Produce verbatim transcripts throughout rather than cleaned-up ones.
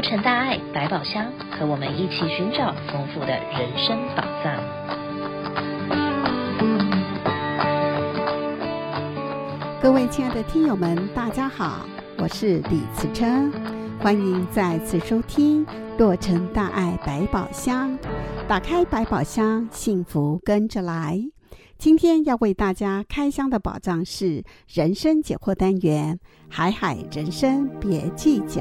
成大爱百宝箱，和我们一起寻找丰富的人生宝藏。 各位亲爱的听友们，大家好，我是李慈琛，欢迎再次收听洛城大爱百宝箱。打开百宝箱，幸福跟着来。今天要为大家开箱的宝藏是人生解惑单元，海海人生别计较。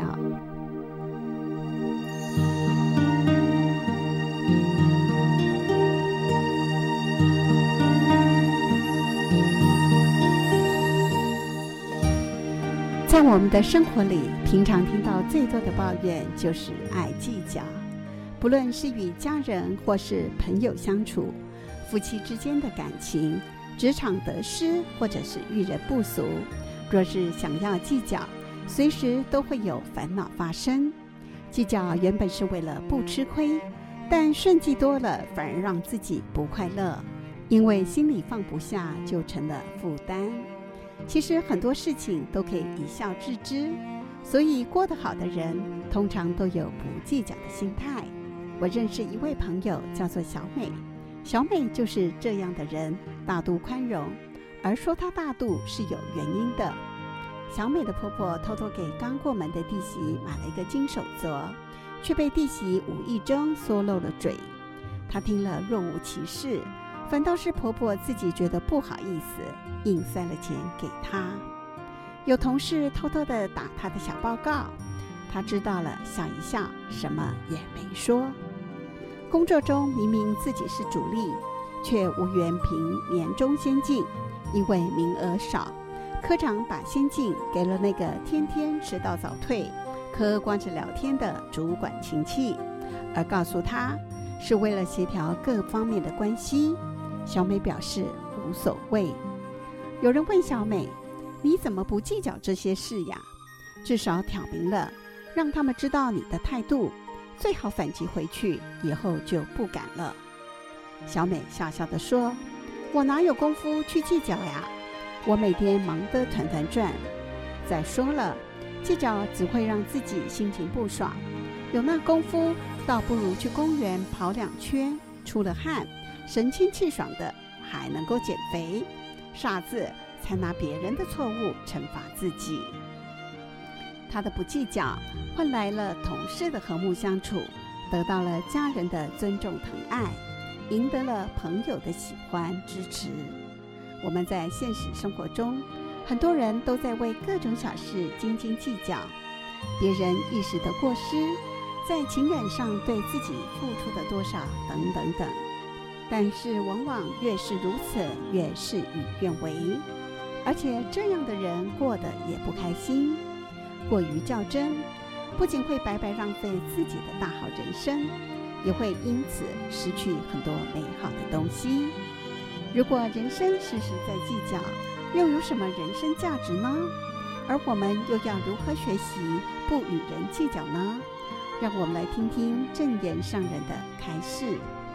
在我们的生活里，平常听到最多的抱怨就是爱计较。不论是与家人或是朋友相处，夫妻之间的感情，职场得失，或者是遇人不淑，若是想要计较，随时都会有烦恼发生。计较原本是为了不吃亏，但顺计多了反而让自己不快乐，因为心里放不下，就成了负担。其实很多事情都可以一笑置之，所以过得好的人通常都有不计较的心态。我认识一位朋友叫做小美，小美就是这样的人，大度宽容，而说她大度是有原因的。小美的婆婆偷偷给刚过门的弟媳买了一个金手镯，却被弟媳无意中嗦漏了嘴。她听了若无其事，反倒是婆婆自己觉得不好意思，硬塞了钱给她。有同事偷偷地打她的小报告，她知道了，笑一笑，什么也没说。工作中明明自己是主力，却无缘评年终先进，因为名额少，科长把先进给了那个天天迟到早退、嗑光着聊天的主管亲戚，而告诉他是为了协调各方面的关系。小美表示无所谓。有人问小美，你怎么不计较这些事呀？至少挑明了，让他们知道你的态度，最好反击回去，以后就不敢了。小美笑笑地说，我哪有功夫去计较呀，我每天忙得团团转。再说了，计较只会让自己心情不爽，有那功夫倒不如去公园跑两圈，出了汗，神清气爽的，还能够减肥。傻子才拿别人的错误惩罚自己。他的不计较换来了同事的和睦相处，得到了家人的尊重疼爱，赢得了朋友的喜欢支持。我们在现实生活中，很多人都在为各种小事斤斤计较，别人一时的过失，在情感上对自己付出的多少等等等。但是往往越是如此，越事与愿违，而且这样的人过得也不开心。过于较真，不仅会白白浪费自己的大好人生，也会因此失去很多美好的东西。如果人生事事在计较，又有什么人生价值呢？而我们又要如何学习不与人计较呢？让我们来听听正言上人的开示。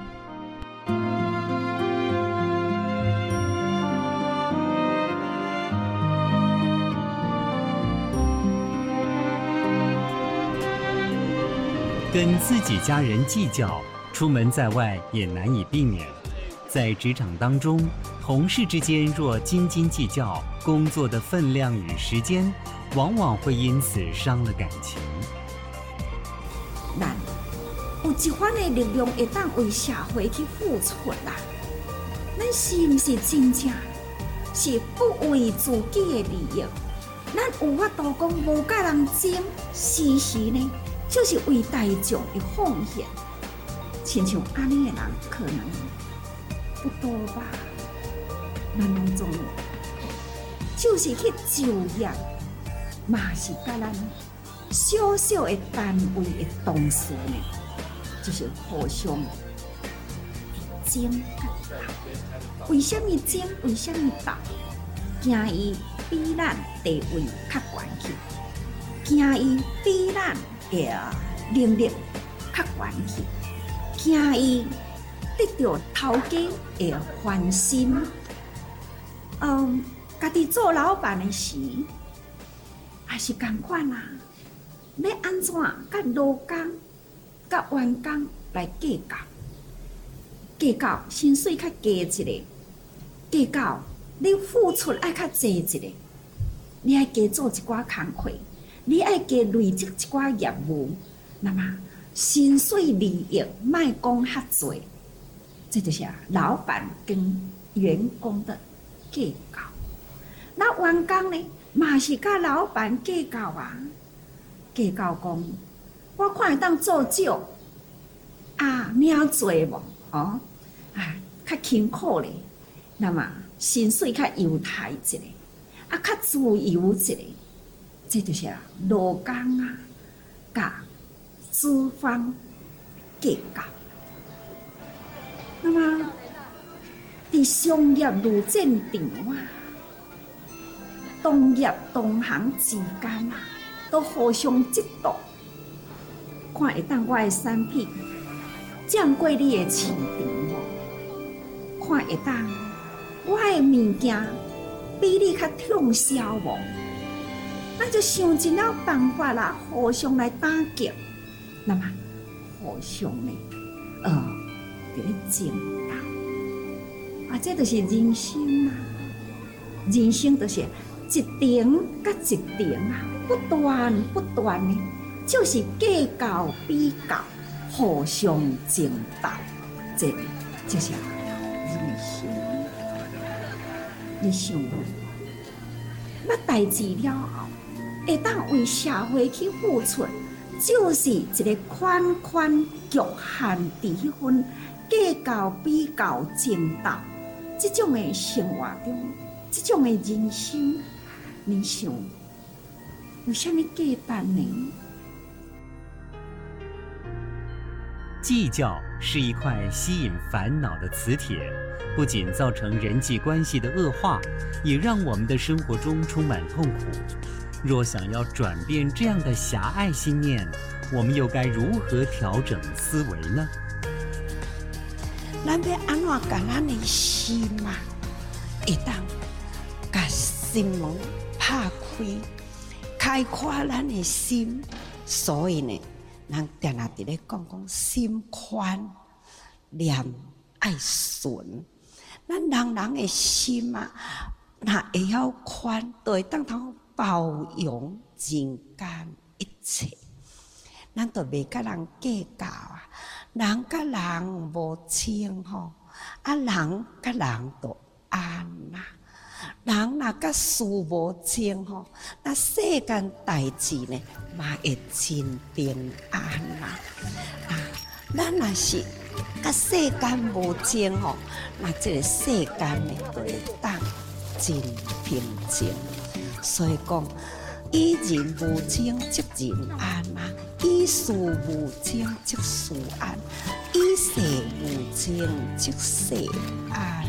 跟自己家人计较，出门在外也难以避免。在职场当中，同事之间若斤斤计较，工作的分量与时间，往往会因此伤了感情。 咱有一番的力量会当为社会去付出啦。咱是不是真正是不为自己的利益？咱有法度讲无甲人争，时时呢？就是为大众的奉献，亲像安尼的人可能不多吧。咱拢总就是去就业，嘛是甲咱小小的单位的同事呢，就是互相争斗。为什么争？为什么斗？惊伊比咱地位较悬去，惊伊比咱的能力较悬去，惊伊得到头家的欢心。嗯，家己做老板的时，也是同款啦。 要安怎甲劳工、甲员工来计较？计较薪水较低一个，计较你付出爱较济一个，你爱加做一寡工课，你爱加累积一寡业务，那么薪水利益莫讲较多，这就是老板跟员工的计较。那员工呢，嘛是甲老板计较啊，计较讲，我看会当做少啊，领多无哦。啊，较辛苦咧，那么薪水较优待一个，啊，较自由一个，这就是劳工啊，甲资方计较。那么，伫商业路战场啊，同业同行之间啊，都互相嫉妒，看会当我的产品占过你的市场无？看会当，我的物件比你较畅销无？咱就想尽了办法啦，互相来打击，那么互相呢，呃，伫咧争斗，啊，这就是人生啊！人生就是一场甲一场啊，不断不断的，就是计较比较，互相争斗，这就是。人生，你想，那代志了后，会当为社会去付出，就是一个款款局限伫迄份计较、比较、争斗，这种的生活中，这种的人生，你想有啥物价值呢？ 计较是一块吸引烦恼的磁铁，不仅造成人际关系的恶化，也让我们的生活中充满痛苦。若想要转变这样的狭隘心念，我们又该如何调整思维呢？ 咱要安怎把咱的心啊，会当把心门拍开，开阔咱的心。所以呢，咱定定伫咧讲讲心宽，念爱顺。咱人人的心啊，若会晓宽，就会当通包容人间一切。咱就袂甲人计较啊，人甲人无情吼，啊人甲人就安啦。人若甲事无情吼，那世间代志呢，嘛会真平安啦。啊，咱若是甲世间无情吼，那这个世间呢，就会当真平静。所以讲，以人无情即人安啊，以事无情即事安，以世无情即世安。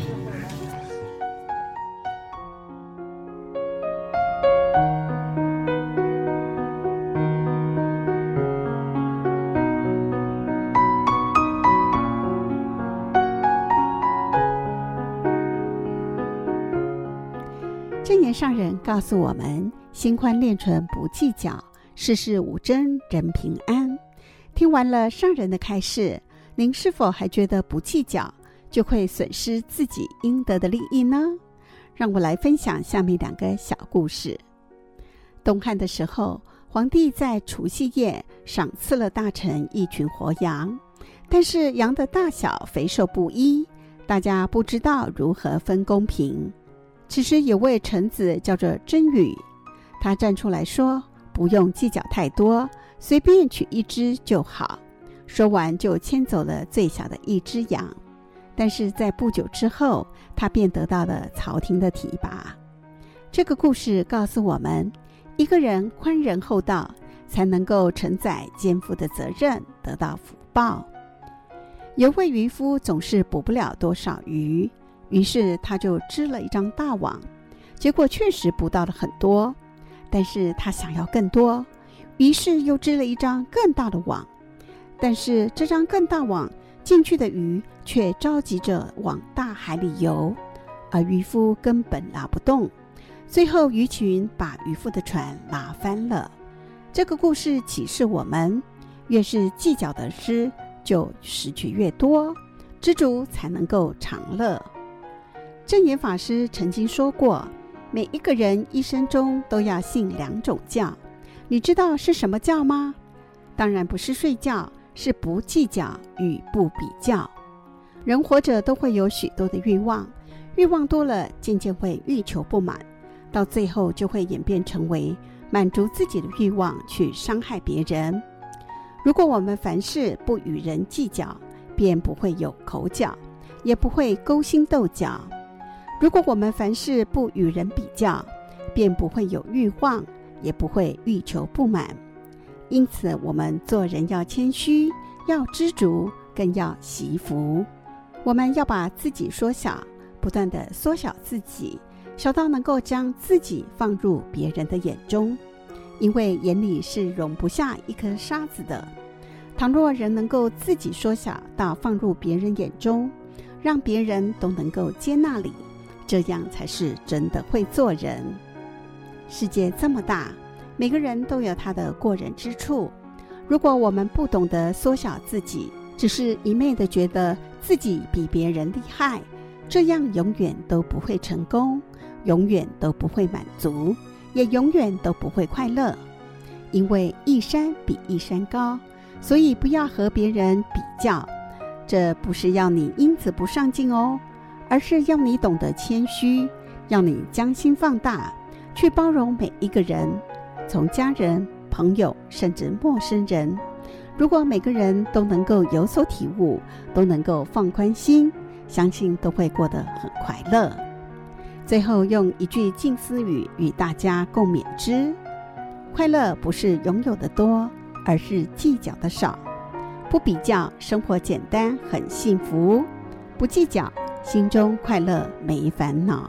正言上人告诉我们，心宽念纯不计较，世事无争人平安。听完了上人的开示，您是否还觉得不计较就会损失自己应得的利益呢？让我来分享下面两个小故事。东汉的时候，皇帝在除夕夜赏赐了大臣一群活羊，但是羊的大小肥瘦不一，大家不知道如何分公平。此时有位臣子叫做甄宇，他站出来说，不用计较太多，随便取一只就好。说完就牵走了最小的一只羊。但是在不久之后，他便得到了朝廷的提拔。这个故事告诉我们，一个人宽仁厚道，才能够承载肩负的责任，得到福报。有位渔夫总是捕不了多少鱼，于是他就织了一张大网，结果确实捕到了很多，但是他想要更多，于是又织了一张更大的网，但是这张更大网进去的鱼却着急着往大海里游，而渔夫根本拉不动。最后鱼群把渔夫的船拉翻了。 这个故事启示我们，越是计较的事，就失去越多，知足才能够长乐。证严法师曾经说过，每一个人一生中都要信两种教，你知道是什么教吗？当然不是睡觉，是不计较与不比较。人活着都会有许多的欲望，欲望多了，渐渐会欲求不满，到最后就会演变成为满足自己的欲望去伤害别人。如果我们凡事不与人计较，便不会有口角，也不会勾心斗角。如果我们凡事不与人比较，便不会有欲望，也不会欲求不满。因此我们做人要谦虚，要知足，更要惜福。我们要把自己缩小，不断地缩小自己，小到能够将自己放入别人的眼中，因为眼里是容不下一颗沙子的。倘若人能够自己缩小到放入别人眼中，让别人都能够接纳你，这样才是真的会做人。世界这么大，每个人都有他的过人之处。如果我们不懂得缩小自己，只是一昧的觉得自己比别人厉害，这样永远都不会成功，永远都不会满足，也永远都不会快乐。因为一山比一山高，所以不要和别人比较。这不是要你因此不上进哦，而是要你懂得谦虚，要你将心放大，去包容每一个人，从家人、朋友甚至陌生人。如果每个人都能够有所体悟，都能够放宽心，相信都会过得很快乐。最后用一句静思语与大家共勉之：快乐不是拥有的多，而是计较的少。不比较，生活简单很幸福；不计较，心中快乐没烦恼。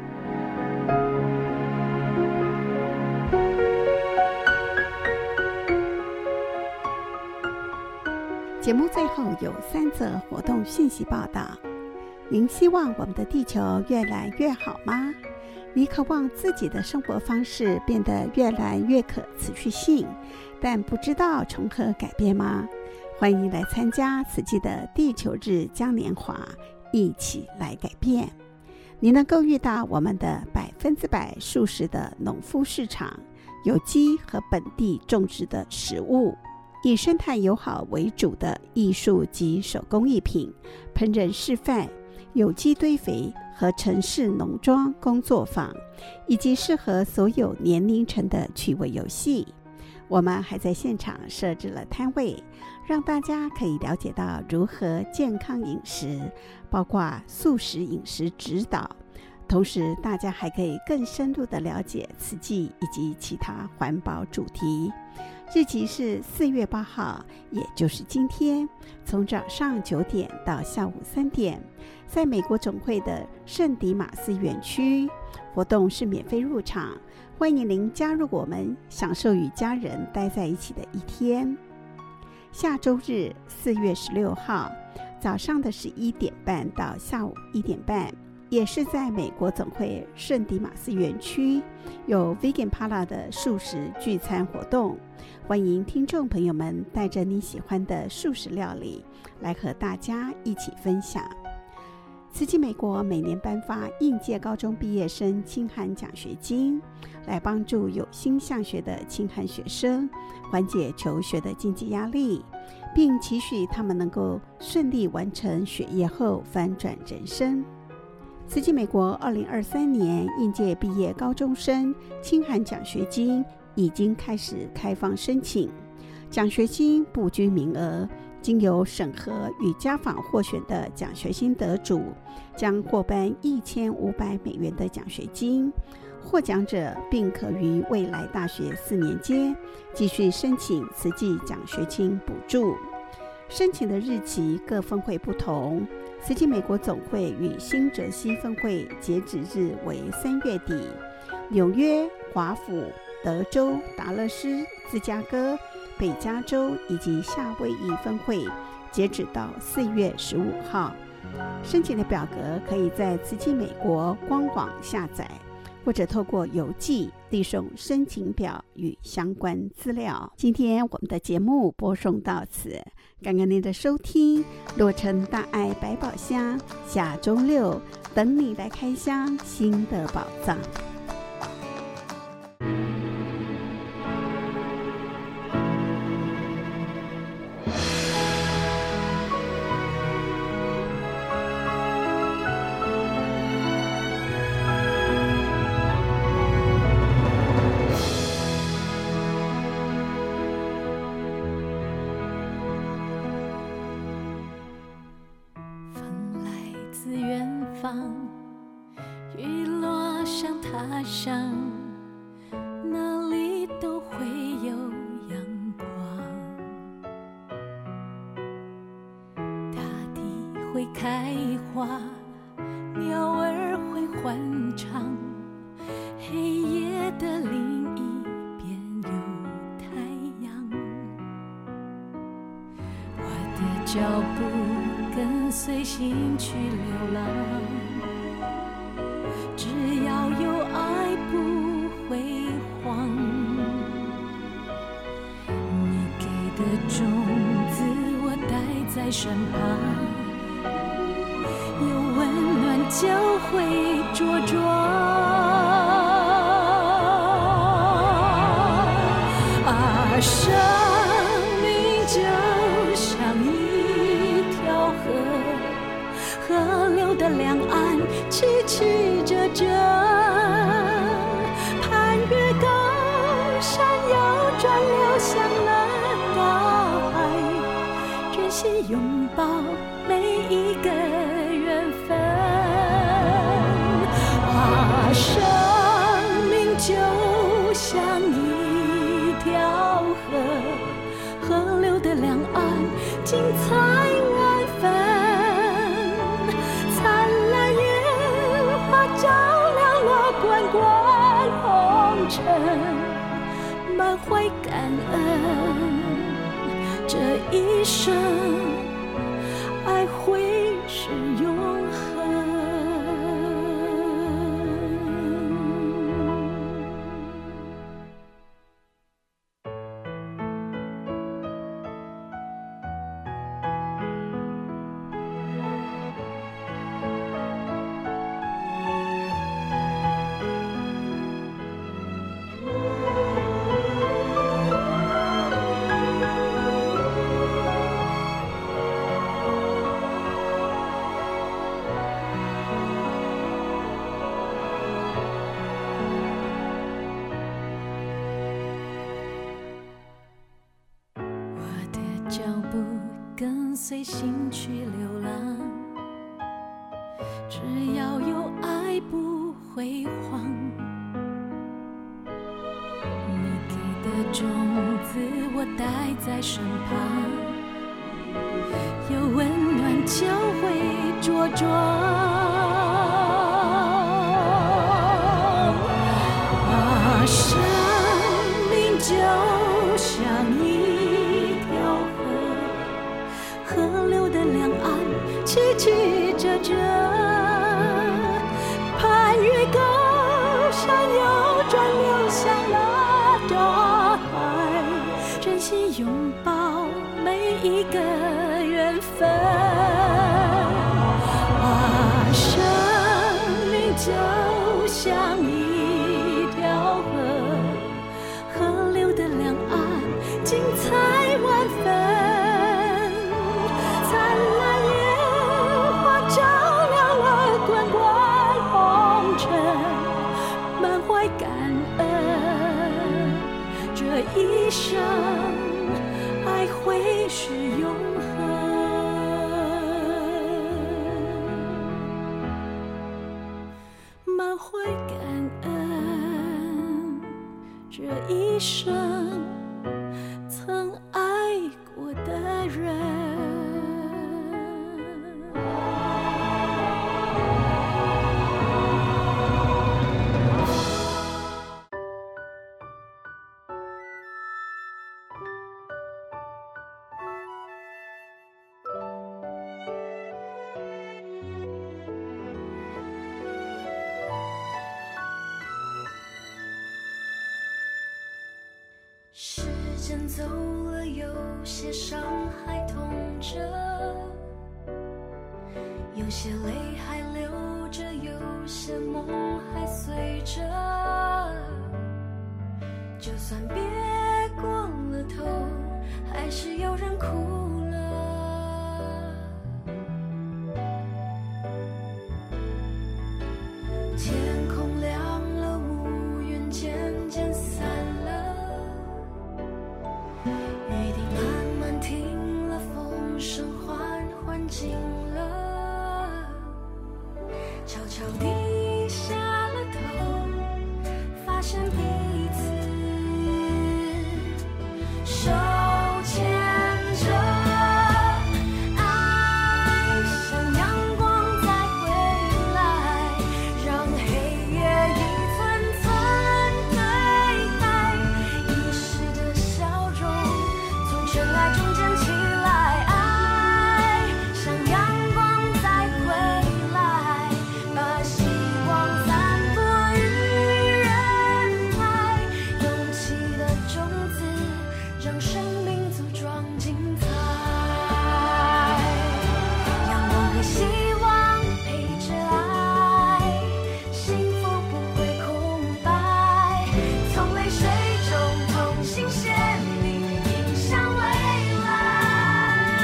节目最后有三则活动讯息报道。您希望我们的地球越来越好吗？你渴望自己的生活方式变得越来越可持续性，但不知道从何改变吗？欢迎来参加此季的地球日嘉年华，一起来改变。你能够遇到我们的百分之百素食的农夫市场，有机和本地种植的食物，以生态友好为主的艺术及手工艺品、烹饪示范、有机堆肥和城市农庄工作坊，以及适合所有年龄层的趣味游戏。我们还在现场设置了摊位，让大家可以了解到如何健康饮食，包括素食饮食指导。同时大家还可以更深入的了解此季以及其他环保主题。日期是四月八号，也就是今天，从早上九点到下午三点，在美国总会的圣迪马斯园区。活动是免费入场，欢迎您加入我们，享受与家人待在一起的一天。下周日四月十六号早上的十一点半到下午一点半，也是在美国总会圣迪马斯园区有 Vegan Pala 的素食聚餐活动，欢迎听众朋友们带着你喜欢的素食料理来和大家一起分享。慈济美国每年颁发应届高中毕业生清寒奖学金，来帮助有心向学的清寒学生缓解求学的经济压力，并期许他们能够顺利完成学业后翻转人生。慈济美国二零二三年应届毕业高中生清寒奖学金已经开始开放申请，奖学金不拘名额，经由审核与家访获选的奖学金得主将获颁一千五百美元的奖学金，获奖者并可于未来大学四年间继续申请慈济奖学金补助。申请的日期各分会不同，慈济美国总会与新泽西分会截止日为三月底，纽约、华府、德州、达勒斯、芝加哥、北加州以及夏威夷分会截止到四月十五号。申请的表格可以在慈济美国官网下载，或者透过邮寄递送申请表与相关资料。今天我们的节目播送到此，感恩您的收听。洛城大爱百宝箱，下周六等你来开箱新的宝藏。 雨落向他乡，哪里都会有阳光，大地会开花，鸟儿会欢唱，黑夜的另一边有太阳，我的脚步跟随心去流浪，只要有爱不会慌，你给的种子我带在身旁，有温暖就会茁壮，啊，生命就像一条河，河流的两岸崎岖折折，攀越高山要转流向了大海，珍惜拥抱每一个缘分，啊，生命就像一条河，河流的两岸精彩万分，灿烂烟花照亮了滚滚红尘，满怀感恩，这一生爱会是永恒。脚步跟随心去流浪，只要有爱不会慌，你给的种子我带在身旁，有温暖就会茁壮，啊，生命就像一条河流的两岸崎岖折折，攀越高山要转流向了大海，珍惜拥抱每一个缘分，啊，生命就像一条河，河流的两岸精彩万分，感恩，这一生爱会是永恒，满怀感恩，这一生曾爱过的人。 前走了，有些伤还痛着，有些泪还流着，有些梦还碎着。就算别过了头，还是有人哭了。天空亮了，乌云渐渐散了，雨滴慢慢停了，风声缓缓静了，悄悄地下了头，发现彼此手牵着，爱像阳光再回来，让黑夜一寸寸推开，遗失的笑容从尘埃中捡起来，爱像阳光再回来，把希望散播于人海，勇气的种子让生命组装精彩。阳光和希望陪着爱，幸福不会空白，从泪水中同心协力迎向未来。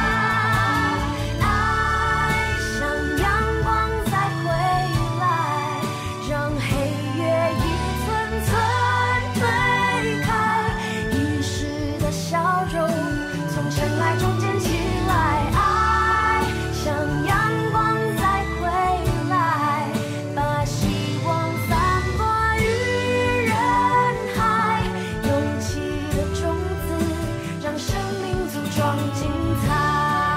爱像阳光再回来，让黑夜一寸寸推开，遗失的笑容从尘埃中捡起来，爱像阳光再回来，把希望散播于人海，勇气的种子让生命组装精彩。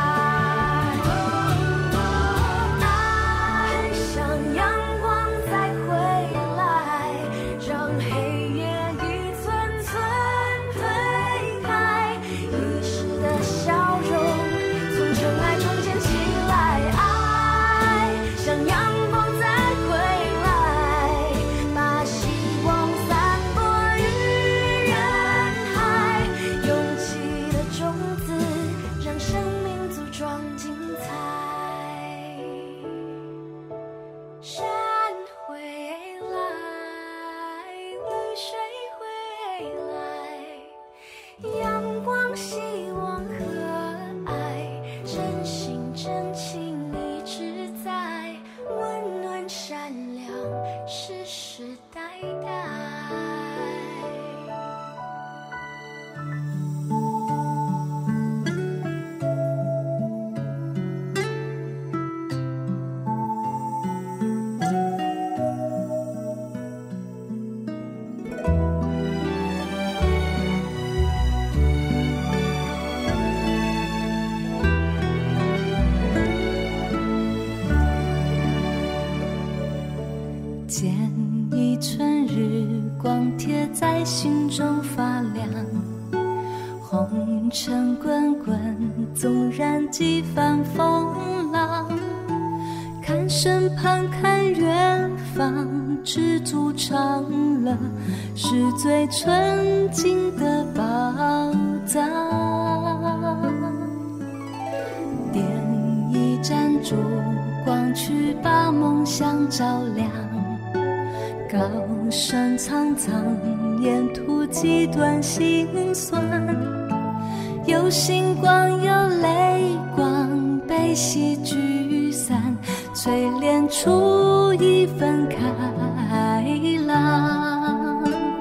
爱像阳光再回来，让黑夜一寸寸推开，遗失的笑容从尘埃中捡起来，爱像阳光再回来，把希望散播于人海，勇气的种子让生命组装精彩。山回来，绿水回来，阳光、希望和爱，真心真情一直在，温暖善良，世世代代。剪一寸日光贴在心中发亮，红尘滚滚，纵然几番风浪，看身旁看远方，知足常乐是最纯净的宝藏。点一盏烛光，去把梦想照亮，高声苍苍，沿途几段心酸，有星光有泪光，被喜聚散，淬炼出一份开朗。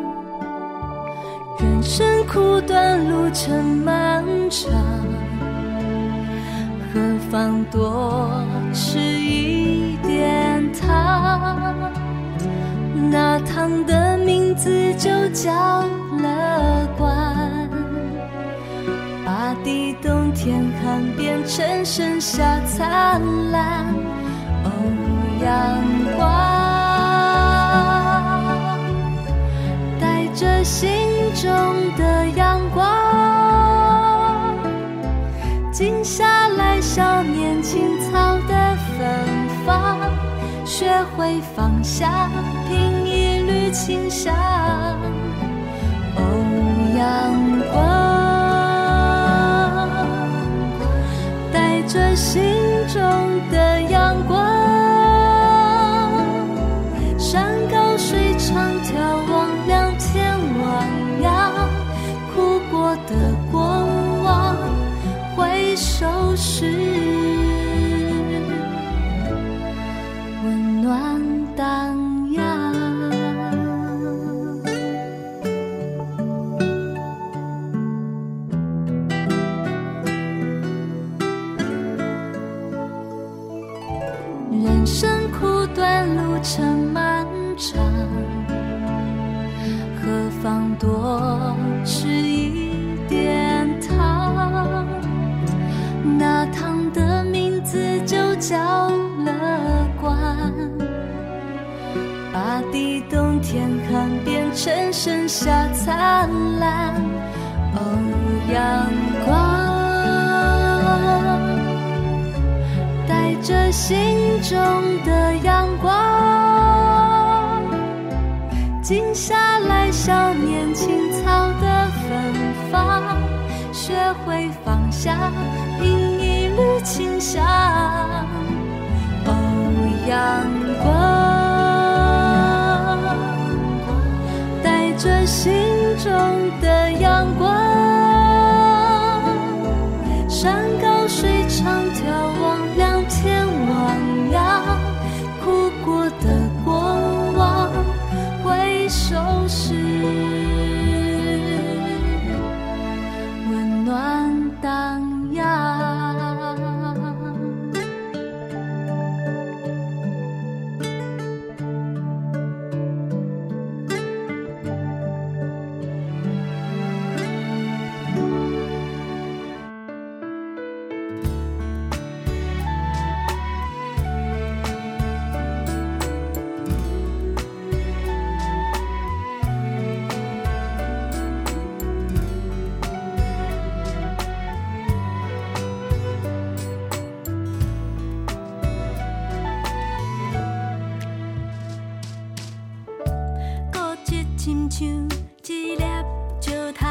人生苦短，路程漫长，何妨多吃一点糖，那糖的名字就叫乐观，把地冻天寒变成盛夏灿烂。哦，阳光带着心中的阳光，静下来少年青草的芬芳，学会放下，品一缕清香。哦，阳光事，温暖荡漾。人生苦短，路程漫长，何妨多吃一点糖？那糖的名字就叫乐观，把地冬天寒变成盛夏灿烂。哦，阳光带着心中的阳光，静下来少年青草的芬芳，学会放下，品一缕清香。哦，阳光带着心中的阳光，山高水长，眺望两片汪洋，哭过的过往回首时，温暖荡漾。亲像一粒石头，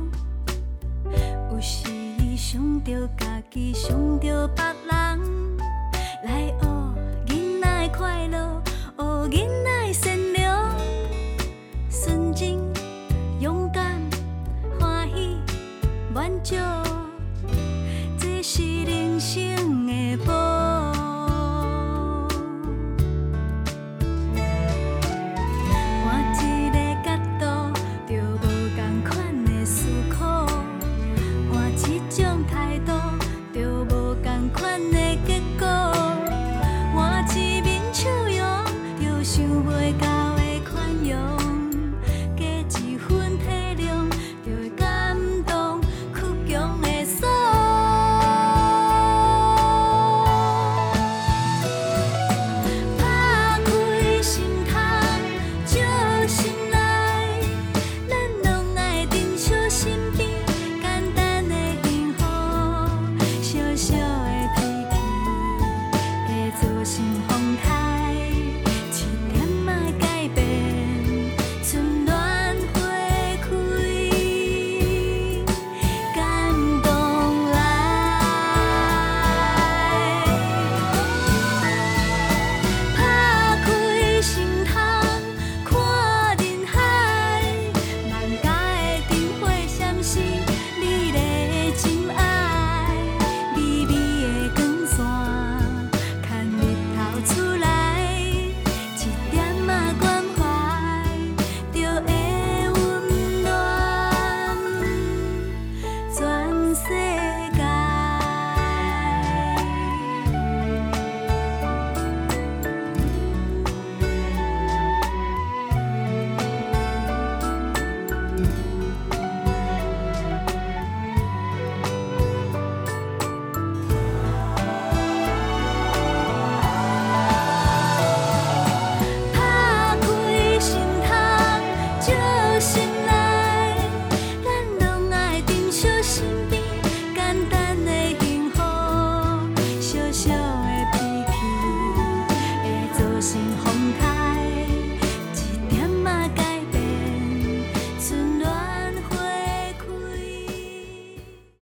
有时想着家己，想着别人，来学囡仔的快乐，学囡仔的善良，纯真、勇敢、欢喜、满足，这是人生的宝。心